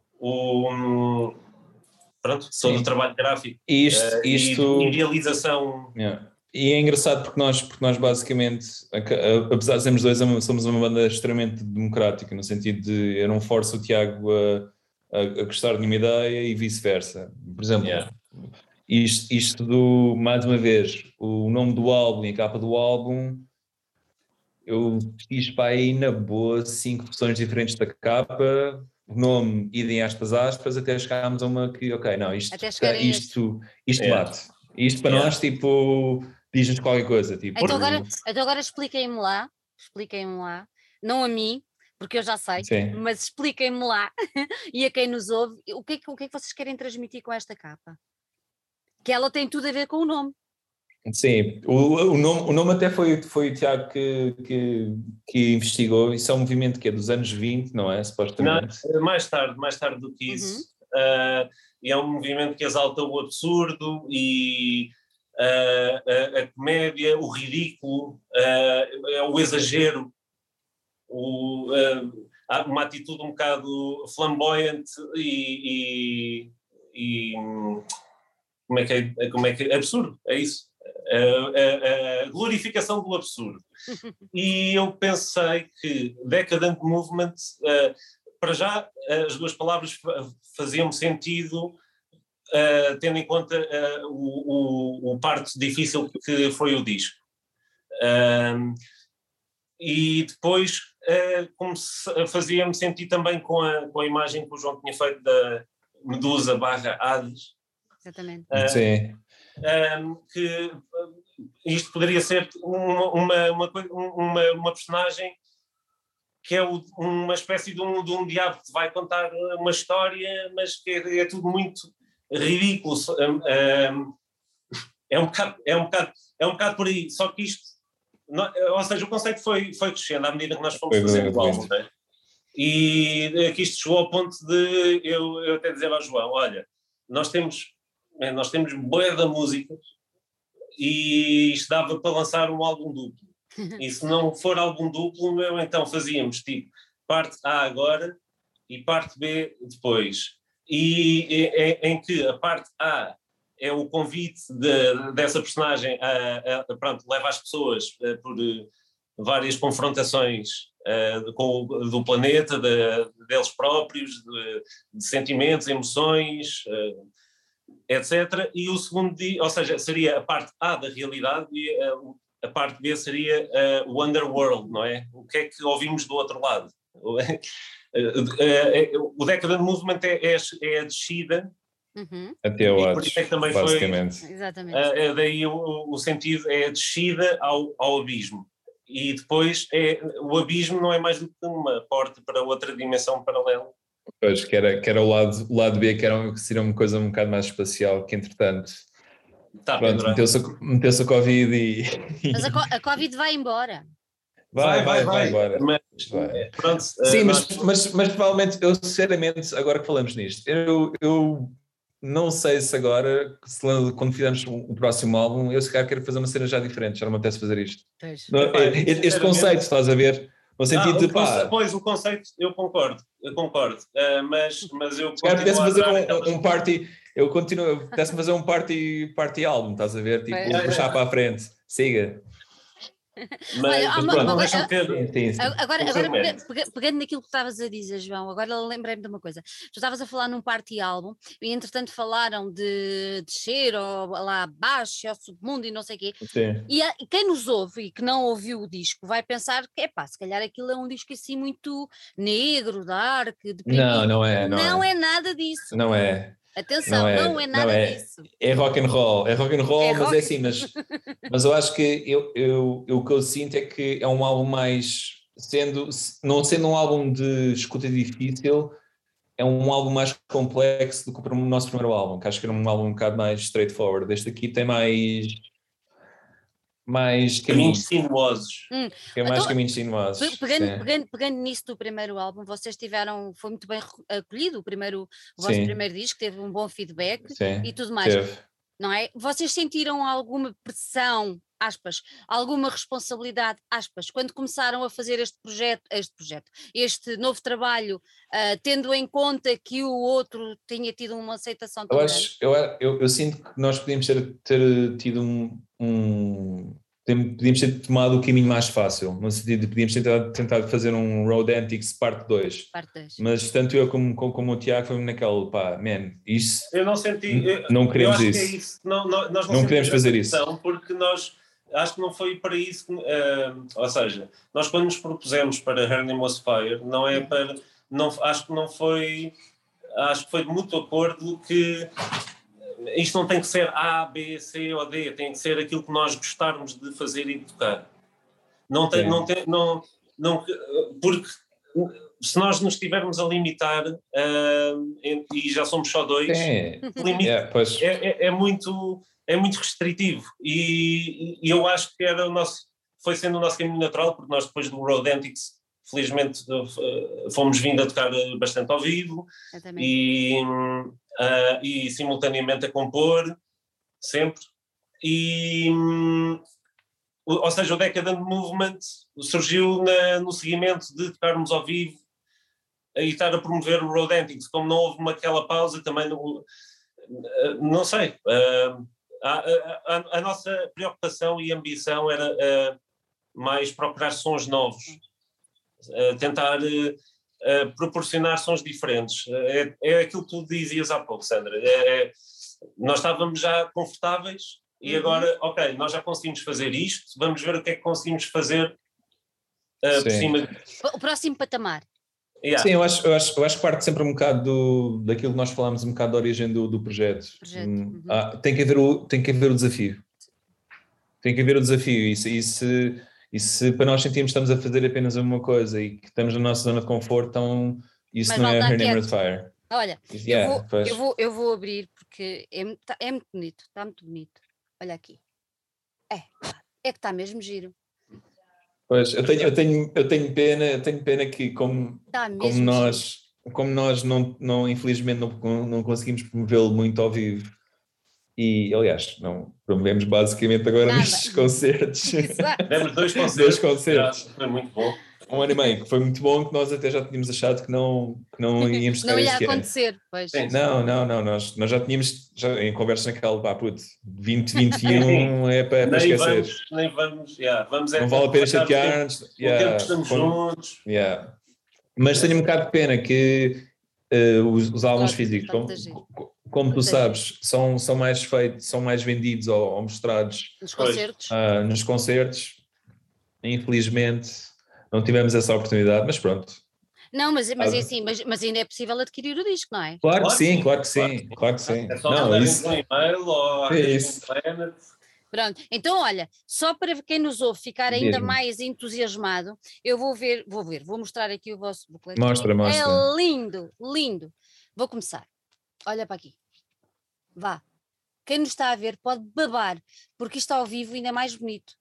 o... Pronto, todo o trabalho gráfico isto, uh, isto, e, e realização. Yeah. E é engraçado porque nós, porque nós basicamente, apesar de sermos dois, somos uma banda extremamente democrática, no sentido de eu não forço o Tiago a, a, a gostar de nenhuma ideia e vice-versa. Por exemplo, yeah. isto, isto do, mais uma vez, o nome do álbum e a capa do álbum, eu fiz para aí na boa cinco versões diferentes da capa, o nome, idem aspas, aspas, até chegámos a uma que, ok, não, isto, isto, isto yeah. bate. Isto para yeah. nós, tipo, diz-nos qualquer coisa. Tipo, então, agora, então agora expliquem-me lá, expliquem-me lá, não a mim, porque eu já sei, Sim. mas expliquem-me lá, e a quem nos ouve, o que, é que, o que é que vocês querem transmitir com esta capa? Que ela tem tudo a ver com o nome. Sim, o, o, nome, o nome até foi, foi o Tiago que, que, que investigou. Isso é um movimento que é dos anos vinte, não é? Supostamente. Não, mais tarde, mais tarde do que isso. Uhum. Uh, e é um movimento que exalta o absurdo e uh, a, a comédia, o ridículo, uh, o exagero, o, uh, uma atitude um bocado flamboyante e, e, e como é que é, como é que é? Absurdo, é isso. A, a, a glorificação do absurdo. E eu pensei que Decadent Movement, uh, para já as duas palavras faziam sentido, uh, tendo em conta uh, o, o, o parte difícil que foi o disco. Uh, e depois uh, fazia-me sentir também com a, com a imagem que o João tinha feito da Medusa barra Hades. Exatamente. Uh, Sim. Um, que isto poderia ser uma, uma, uma, uma, uma personagem que é o, uma espécie de um, de um diabo que te vai contar uma história, mas que é, é tudo muito ridículo. Um, um, é, um bocado, é, um bocado, é um bocado por aí, só que isto, não, ou seja, o conceito foi, foi crescendo à medida que nós fomos fazendo o álbum, né? E aqui isto chegou ao ponto de eu, eu até dizer ao João, olha, nós temos nós temos bué da música e isto dava para lançar um álbum duplo. E se não for álbum duplo, meu, então fazíamos tipo parte A agora e parte B depois. E é, em que a parte A é o convite de, dessa personagem a, a, pronto, leva as pessoas a, por várias confrontações a, com, do planeta, de, deles próprios, de, de sentimentos, emoções, a, etcétera. E o segundo dia, ou seja, seria a parte A da realidade e a, a parte B seria uh, o underworld, não é? O que é que ouvimos do outro lado? O, uh, uh, o Decadent Movement é, é, é a descida. Uhum. Até o Hades, é também basicamente. Foi, Exatamente. Uh, daí o, o sentido é a descida ao, ao abismo. E depois é, o abismo não é mais do que uma porta para outra dimensão paralela. Pois, que era, que era o, lado, o lado B, que, era, que seria uma coisa um bocado mais espacial, que entretanto tá, pronto, meteu-se a, meteu-se a Covid e... Mas a, a Covid vai embora. Vai, vai, vai, vai embora. Mas, vai. Pronto, Sim, nós... mas, mas, mas provavelmente, eu sinceramente, agora que falamos nisto, eu, eu não sei se agora, se, quando fizermos o, o próximo álbum, eu se calhar quero fazer uma cena já diferente, já não me apetece fazer isto. Não, Epá, este conceito, estás a ver? No sentido ah, de, o pá... conce... Pois, o conceito, eu concordo, eu concordo, uh, mas, mas eu... Se calhar pudesse fazer um, um party, eu continuo, apetece-me fazer um party, party álbum, estás a ver? Tipo, É. puxar para a frente, siga. Mas, Olha, há mas uma- pronto, não agora- deixa de ter. Sim, sim. Agora, Tem agora seu pega- mérito. pega- pegando naquilo que estavas a dizer, João, agora lembrei-me de uma coisa. Tu estavas a falar num party álbum e entretanto falaram de descer ou lá abaixo, ao submundo e não sei o quê. Sim. E, há- e quem nos ouve e que não ouviu o disco vai pensar que, epá, se calhar aquilo é um disco assim muito negro, dark, deprimido. Não, não é, não, Não é. é nada disso. Não é. Atenção, Não é, não é não nada é. disso. É rock and roll, é rock and roll, É mas rock- é assim, mas, mas eu acho que eu, eu, eu- o que eu sinto é que é um álbum mais, sendo, não sendo um álbum de escuta difícil, é um álbum mais complexo do que o nosso primeiro álbum, que acho que era um álbum um bocado mais straightforward. Este aqui tem mais, mais Caminhos caminhos, sinuosos. tem mais Então, caminhos sinuosos. Pe- Pegando, sim. pegando, pegando nisso do primeiro álbum, vocês tiveram, foi muito bem reco- acolhido o, primeiro, o vosso Sim. primeiro disco, teve um bom feedback Sim, e tudo mais, teve. não é? Vocês sentiram alguma pressão, aspas, alguma responsabilidade, aspas, quando começaram a fazer este projeto, este projeto, este novo trabalho, ah, tendo em conta que o outro tinha tido uma aceitação tão Eu grande? acho, eu, eu, eu sinto que nós podíamos ter, ter tido um, um tem- podíamos ter tomado o caminho mais fácil, no sentido de podíamos ter tentado, tentado fazer um Road Antics parte dois, Parte dois. mas tanto eu como, como, como o Tiago foi naquele, pá, man, isso, Eu não senti. Eu, não eu queremos acho que é isso. isso. Não, não, nós não, Não queremos sentimos fazer essa isso. pressão porque nós. Acho que não foi para isso que, ah, ou seja, nós quando nos propusemos para Her Name Was Fire, não é para, não, acho que não foi, acho que foi de mútuo acordo que isto não tem que ser A, B, C ou D, tem que ser aquilo que nós gostarmos de fazer e de tocar. Não tem, Sim. não tem, não, não, porque se nós nos estivermos a limitar ah, e já somos só dois, É, o limite yeah, pois, é, é, é muito é muito restritivo e, e eu acho que era o nosso, foi sendo o nosso caminho natural, porque nós depois do Road Antics felizmente fomos vindo a tocar bastante ao vivo e, uh, e simultaneamente a compor sempre e ou seja, o Decadent Movement surgiu na, no seguimento de tocarmos ao vivo e estar a promover o Road Antics. Como não houve uma, aquela pausa também no, não sei, uh, A, a, a nossa preocupação e ambição era uh, mais procurar sons novos, uh, tentar uh, uh, proporcionar sons diferentes. Uh, é, é aquilo que tu dizias há pouco, Sandra. É, é, nós estávamos já confortáveis e Uhum. agora, ok, nós já conseguimos fazer isto, vamos ver o que é que conseguimos fazer uh, por cima. O próximo patamar. Yeah. Sim, eu acho, eu, acho, eu acho que parte sempre um bocado do, daquilo que nós falámos, um bocado da origem do, do projeto. projeto. Hum, Uhum. ah, tem, que haver o, tem que haver o desafio. Tem que haver o desafio. E se, e se, e se para nós sentirmos que estamos a fazer apenas uma coisa e que estamos na nossa zona de conforto, então isso Mas não vale é dar Her Name quieto. Was Fire. Olha, Yeah, eu, vou, pois. eu, vou, eu vou abrir porque é, muito- tá- é muito bonito, está muito bonito. Olha aqui. É, é que está mesmo giro. Pois, eu tenho, eu tenho, eu tenho pena, eu tenho pena que como, Está mesmo como giro. nós, como nós não, não, infelizmente não, não conseguimos promovê-lo muito ao vivo e, aliás, não promovemos basicamente agora Nada. nestes concertos. Exato. Demos dois concertos. Dois concertos. Já, foi muito bom. Um ano e meio, que foi muito bom, que nós até já tínhamos achado que não, que não íamos tocar Não ia este ano. acontecer, pois. Sim. Não, não, não, nós, nós já tínhamos, já, em conversa naquela, pá, puto, vinte, vinte e um é para, é para Nem esquecer. vamos, nem vamos, yeah, vamos é Não vale a pena aproveitar o tempo- chatear-nos. o tempo Yeah, que estamos quando- juntos. yeah. Mas tenho um bocado de pena que uh, os, os álbuns Claro, físicos, claro, como, muita gente. co- como tu Muita sabes, são, são mais feitos, são mais vendidos ou, ou mostrados Nos Pois. concertos. uh, nos concertos. Infelizmente não tivemos essa oportunidade, mas pronto. Não, mas, mas é Ah. assim, mas, mas ainda é possível adquirir o disco, não é? Claro que Claro sim, que claro que claro sim, claro que sim. É só Não, mandarem isso, um e-mail ou à É Disney isso. Planet. Pronto, então olha, só para quem nos ouve ficar ainda Diz-me. mais entusiasmado, eu vou ver, vou ver, vou mostrar aqui o vosso booklet. Mostra, mostra. É lindo, lindo. Vou começar. Olha para aqui. Vá. Quem nos está a ver pode babar, porque isto ao vivo ainda é mais bonito.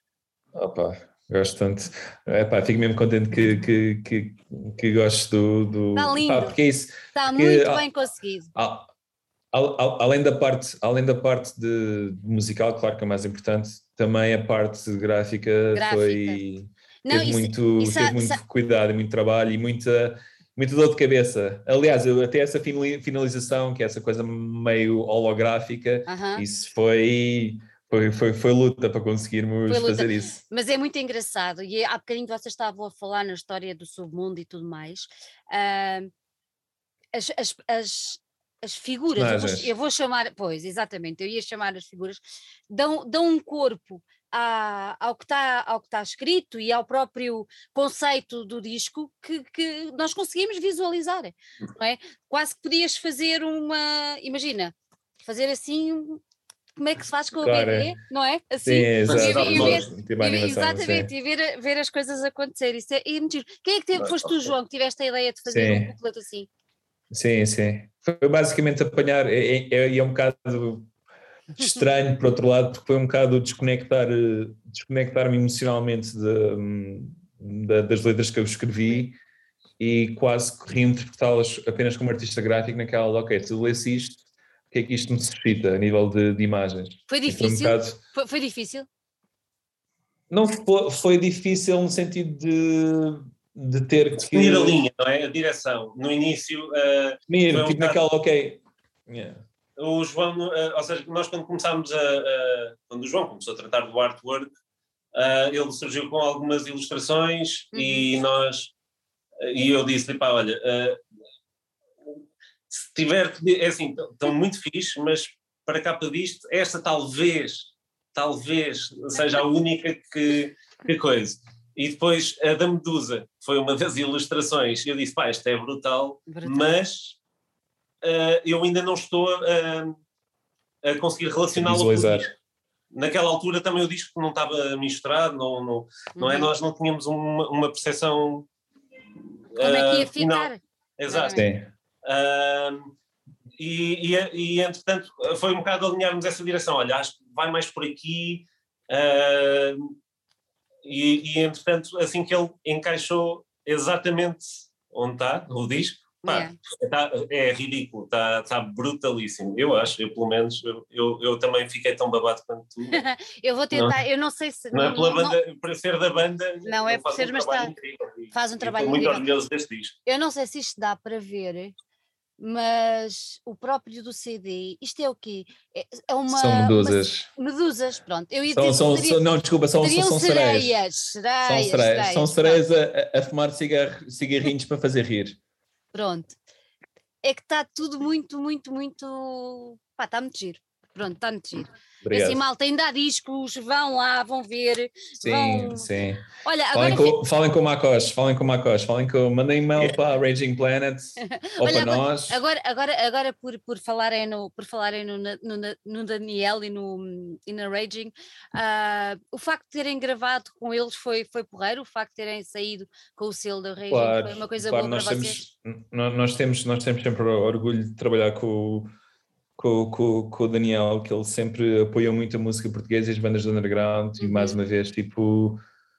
Opa, gosto tanto. Epá, fico mesmo contente que, que, que, que gostes do. do... Está lindo. Pá, porque é isso. Está Porque, muito ah, bem conseguido. a- a- a- Além da parte, além da parte de, de musical, claro que é mais importante, também a parte gráfica, Gráfica. foi. Não, teve isso- muito, isso há- teve muito isso há- cuidado e muito trabalho e muita. muita dor de cabeça. Aliás, eu, até essa finalização, que é essa coisa meio holográfica, uh-huh. isso foi, foi, foi, foi luta para conseguirmos luta. fazer isso. Mas é muito engraçado, e há bocadinho vocês estavam a falar na história do submundo e tudo mais. Uh, as, as, as, as figuras, eu vou, eu vou chamar, pois, exatamente, eu ia chamar as figuras, dão, dão um corpo À, ao que está ao que está escrito e ao próprio conceito do disco que, que nós conseguimos visualizar, não é? Quase que podias fazer uma, imagina, fazer assim, como é que se faz com claro. a B D, não é? Assim, sim, exato. E, e, e ver, tipo animação, exatamente, sim. e ver, ver as coisas acontecer. Isso é, e mentira. Quem é que teve, foste tu, João, que tiveste a ideia de fazer sim. um booklet assim? Sim, sim. Foi basicamente apanhar, e é, é, é um bocado estranho, por outro lado, porque foi um bocado desconectar, desconectar-me emocionalmente de, de, das letras que eu escrevi e quase reinterpretá-las apenas como artista gráfico naquela, ok, se eu lesse isto, o que é que isto me suscita a nível de, de imagens? Foi difícil? Foi, um bocado... foi, foi difícil? Não foi, foi difícil no sentido de, de ter que... Definir a linha, não é? A direção. No início... Uh, Definir, um tipo bocado... naquela, ok... Yeah. O João, uh, ou seja, nós quando começámos a, a... Quando o João começou a tratar do artwork, uh, ele surgiu com algumas ilustrações uhum. e nós... Uh, e eu disse-lhe, pá, olha... Uh, se tiver... É assim, estão muito fixe, mas para a capa disto, esta talvez... Talvez seja a única que, que coisa. E depois a da Medusa foi uma das ilustrações. Eu disse, pá, isto é brutal, brutal. mas uh, eu ainda não estou uh, a conseguir relacioná-lo com o disco. Naquela altura também o disco não estava misturado, não, não, não é? Nós não tínhamos uma, uma percepção... Uh, Como é que ia ficar? Não. Exato. Uh, E, e, e, entretanto, foi um bocado alinharmos essa direção. Olha, acho que vai mais por aqui. Uh, e, e, entretanto, assim que ele encaixou exatamente onde está o disco, pá, yeah. tá, é ridículo, está tá brutalíssimo. Eu acho, eu pelo menos, eu, eu, eu também fiquei tão babado quanto tu. Eu vou tentar, não, eu não sei se... Não, não é pela banda, não, para ser da banda... Não, é por ser, um mas está, faz um trabalho incrível. Muito orgulhoso deste disco. Eu não sei se isto dá para ver... Mas o próprio do C D, isto é o quê? É, é uma, são medusas. Uma, medusas, pronto. Eu ia são, dizer são, seria, não, desculpa, são, são sereias. Sereias, sereias, são sereias, são sereias a, a fumar cigarro, cigarrinhos para fazer rir. Pronto. É que está tudo muito, muito, muito... Pá, está muito giro. Pronto, está muito giro. Obrigado. Assim, malta, ainda há discos, vão lá, vão ver. Sim, vão... sim. Olha, falem, agora... com, falem com o Macos, falem com o Macos, falem com... Mandem e-mail yeah. para a Raging Planet ou Olha, para nós. Agora, agora, agora por, por falarem, no, por falarem no, no, no Daniel e, no, e na Raging, uh, o facto de terem gravado com eles foi, foi porreiro, o facto de terem saído com o selo da Raging claro, foi uma coisa claro, boa nós para temos, vocês? Nós, nós, temos, nós temos sempre orgulho de trabalhar com o Com, com, com o Daniel, que ele sempre apoiou muito a música portuguesa e as bandas do underground, uhum. e mais uma vez, tipo,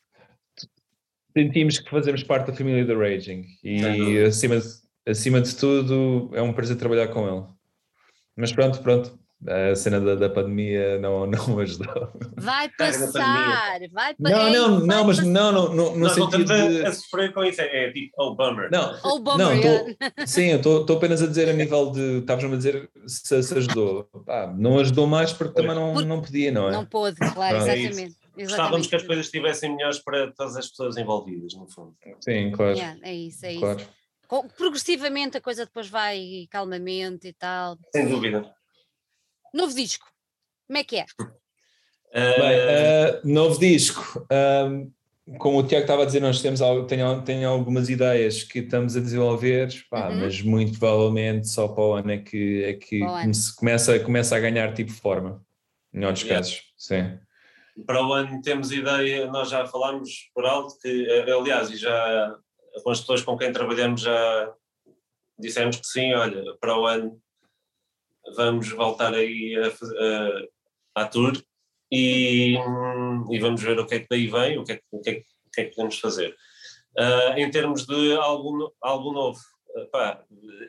sentimos que fazemos parte da família da Raging e uhum. acima, de, acima de tudo é um prazer trabalhar com ele. Mas pronto, pronto, a cena da, da pandemia não, não ajudou. Vai passar, vai passar. Não, não, vai não, mas passar. não, no, no, no Nós sentido não de... a sofrer com isso, é, é tipo, oh bummer. Não, oh, bummer, não yeah. tô, sim, eu estou apenas a dizer a nível de, estavas-me a dizer se, se ajudou. Pá, não ajudou mais porque também não, Por... não podia, não é? Não pôde, claro, Pronto. exatamente. É Gostávamos que as coisas estivessem melhores para todas as pessoas envolvidas, no fundo. Sim, claro. Yeah, é isso, é claro. isso. Progressivamente a coisa depois vai calmamente e tal. Sem dúvida. Novo disco, como é que é? Uh... Bem, uh, novo disco. Um, como o Tiago estava a dizer, nós temos tenho, tenho algumas ideias que estamos a desenvolver, pá, uhum. mas muito provavelmente só para o ano é que, é que come- começa, começa a ganhar tipo forma, em outros yeah. casos, sim. Para o ano temos ideia, nós já falámos por alto, que aliás, e já com as pessoas com quem trabalhamos já dissemos que sim, olha, para o ano vamos voltar aí a, a, à tour e, e vamos ver o que é que daí vem, o que é que, o que, é que, o que, é que podemos fazer. Uh, em termos de álbum, álbum novo, uh, pá,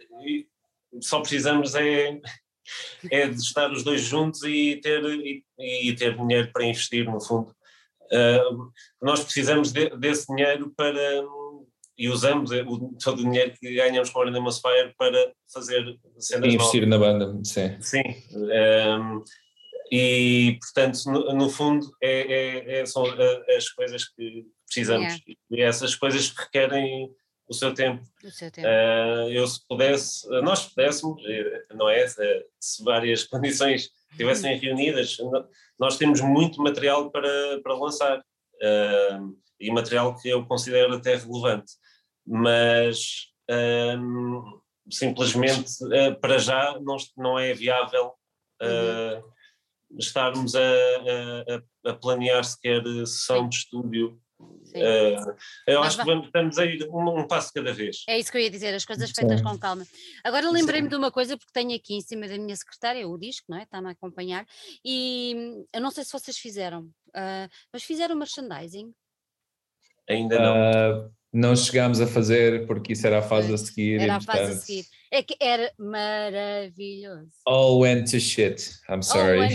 só precisamos é, é de estar os dois juntos e ter, e, e ter dinheiro para investir, no fundo. Uh, nós precisamos de, desse dinheiro para, e usamos o, todo o dinheiro que ganhamos com a Random Fire para fazer cenas investir novas. na banda, sim. Sim. Um, e, portanto, no, no fundo, é, é, é, são as coisas que precisamos. Yeah. E essas coisas que requerem o seu tempo. O seu tempo. Uh, eu, se pudesse, nós pudéssemos, não é? Se várias condições estivessem reunidas, nós temos muito material para, para lançar. Uh, e material que eu considero até relevante. Mas um, simplesmente uh, para já não, não é viável uh, uhum. estarmos a, a, a planear sequer sessão Sim. de estúdio. Uh, eu Mas acho vai... que estamos a ir um, um passo cada vez. É isso que eu ia dizer, as coisas feitas Sim. com calma. Agora lembrei-me de uma coisa, porque tenho aqui em cima da minha secretária o disco, não é? Está-me a acompanhar, e eu não sei se vocês fizeram, uh, mas fizeram merchandising? Ainda não. Uh, não chegámos a fazer porque isso era a fase a seguir. Era e, a fase portanto, a seguir. É que era maravilhoso. All went to shit. I'm sorry.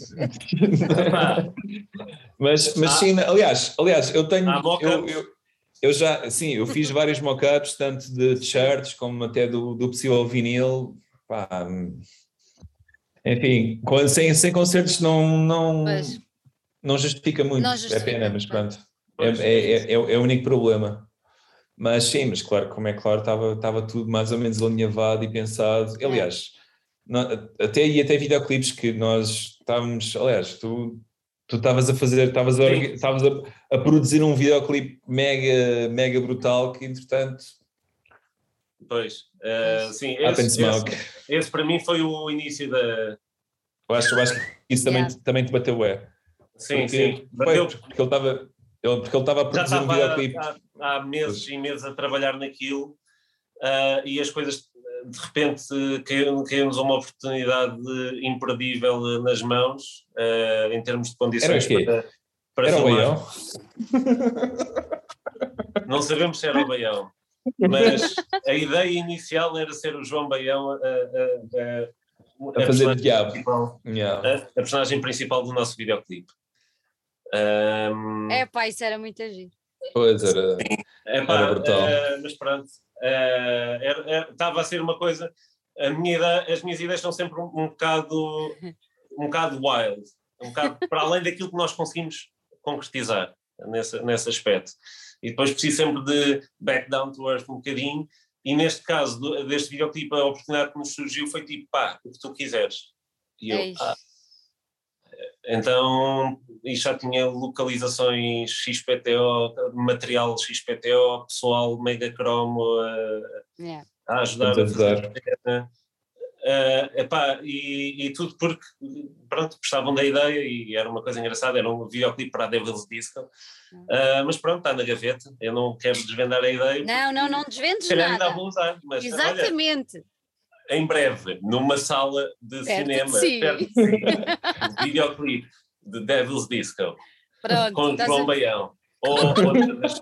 mas, mas sim, aliás, aliás, eu tenho. Eu, eu, eu já, sim, eu fiz vários mock-ups, tanto de t-shirts como até do, do possível vinil. Pá, enfim, sem, sem concertos não, não, não justifica muito. Não justifica, é pena, mas pronto. É, é, é, é o único problema. Mas sim, mas claro, como é claro, estava, estava tudo mais ou menos alinhavado e pensado. Aliás, não, até e até videoclipes que nós estávamos, aliás, tu tu estavas a fazer, estavas a, estavas a, a produzir um videoclipe mega, mega brutal que entretanto. Pois, uh, sim, esse, esse, esse para mim foi o início da. Eu acho, eu acho que isso também, yeah. também te bateu, é. Sim, porque, sim. Bateu. Porque ele estava. Ele, porque ele estava a produzir Já um videoclipe. Há, há meses pois. e meses a trabalhar naquilo uh, e as coisas de repente caiu-nos uma oportunidade imperdível nas mãos uh, em termos de condições para, para era filmar. Era o Baião? Não sabemos se era o Baião, mas a ideia inicial era ser o João Baião a, a, a, a, a fazer de diabo. Yeah. A, a personagem principal do nosso videoclipe. Um, é pá, isso era muito agir. Pois era, é, pá, era brutal. Uh, mas pronto, uh, estava a ser uma coisa. A minha ideia, as minhas ideias são sempre um, um bocado um bocado wild, um bocado para além daquilo que nós conseguimos concretizar nesse, nesse aspecto. E depois preciso sempre de back down to earth um bocadinho. E neste caso do, deste videoclipe, a oportunidade que nos surgiu foi tipo, pá, o que tu quiseres. E eu, ah, então, isto já tinha localizações X P T O, material X P T O, pessoal mega cromo a, yeah. a ajudar a fazer a cena. Uh, epá, e, e tudo porque, pronto, gostavam da ideia e era uma coisa engraçada, era um videoclipe para a Devil's Disco. Uh, mas pronto, está na gaveta, eu não quero desvendar a ideia. Não, não, não desvendes nada. nada. Ainda vou usar, mas, exatamente. Olha, em breve, numa sala de perto cinema, de si. perto de si, o videoclipe de Devil's Disco, pronto, com João a... Baião, ou outras.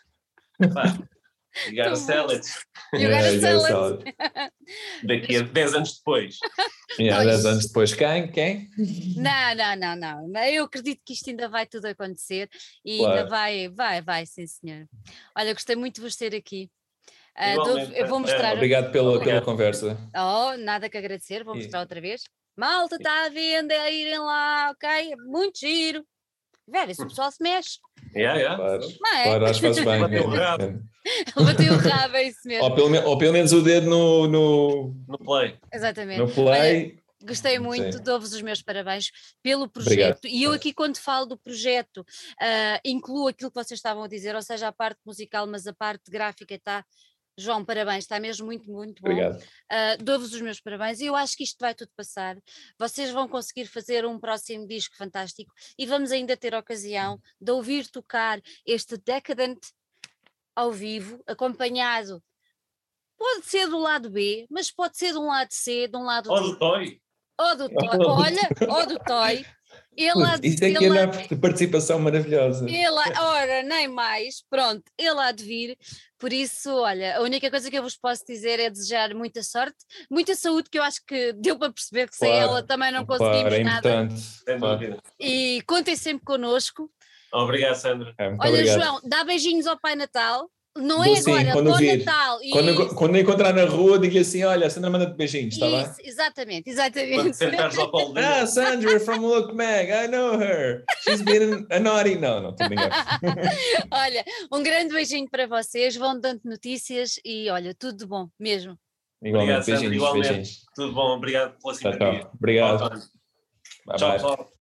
You gotta sell it. You gotta sell it. Daqui a dez anos depois. Yeah, dez anos depois. Quem? Quem? Não, não, não, não. Eu acredito que isto ainda vai tudo acontecer e claro. ainda vai, vai, vai, sim senhor. Olha, gostei muito de vos ter aqui. Uh, do, eu vou mostrar. Obrigado pela, Obrigado. pela conversa. Oh, nada que agradecer, vou mostrar e... outra vez. Malta, está à venda, a irem lá, ok? Muito giro. Velho, esse pessoal se mexe. Yeah, yeah. Claro, não é? claro, acho que fazes bem. Bateu o rabo. Ele bateu o rabo, é isso mesmo. Ou pelo, ou pelo menos o dedo no, no... no play. Exatamente. No play. Olha, gostei muito, dou-vos os meus parabéns pelo projeto. Obrigado. E eu aqui quando falo do projeto, uh, incluo aquilo que vocês estavam a dizer, ou seja, a parte musical, mas a parte gráfica está... João, parabéns, está mesmo muito, muito bom. Obrigado. Uh, dou-vos os meus parabéns e eu acho que isto vai tudo passar. Vocês vão conseguir fazer um próximo disco fantástico e vamos ainda ter a ocasião de ouvir tocar este Decadent ao vivo, acompanhado, pode ser do lado B, mas pode ser de um lado C, de um lado... Ou do Toy. Ou do Toy, olha, ou do Toy. Ele há de, Isso é que é uma participação maravilhosa. Ele, ora, nem mais, pronto, ele há de vir, por isso, olha, a única coisa que eu vos posso dizer é desejar muita sorte, muita saúde, que eu acho que deu para perceber que claro, sem ela também não conseguimos claro, é nada. Claro. E contem sempre connosco. Obrigado, Sandra. É, olha, obrigado. João, dá beijinhos ao Pai Natal. Não Vou é sim, agora, quando para o vir. Natal. Quando, eu- Isso, quando eu encontrar na rua, digo assim: olha, a Sandra manda-te beijinhos, está bem? isso, exatamente, Quando exatamente. sentares ao colo dele. Ah, Sandra from Look Mag, I know her. She's been a naughty. Não, não, estou a brincar. Olha, um grande beijinho para vocês, vão dando notícias e olha, tudo de bom, mesmo. Igualmente, Obrigado, Sandra, beijinhos, igualmente. beijinhos. Tudo bom, obrigado pela Tchau, simpatia. tchau. Obrigado. Tchau, Bye, bye. pessoal.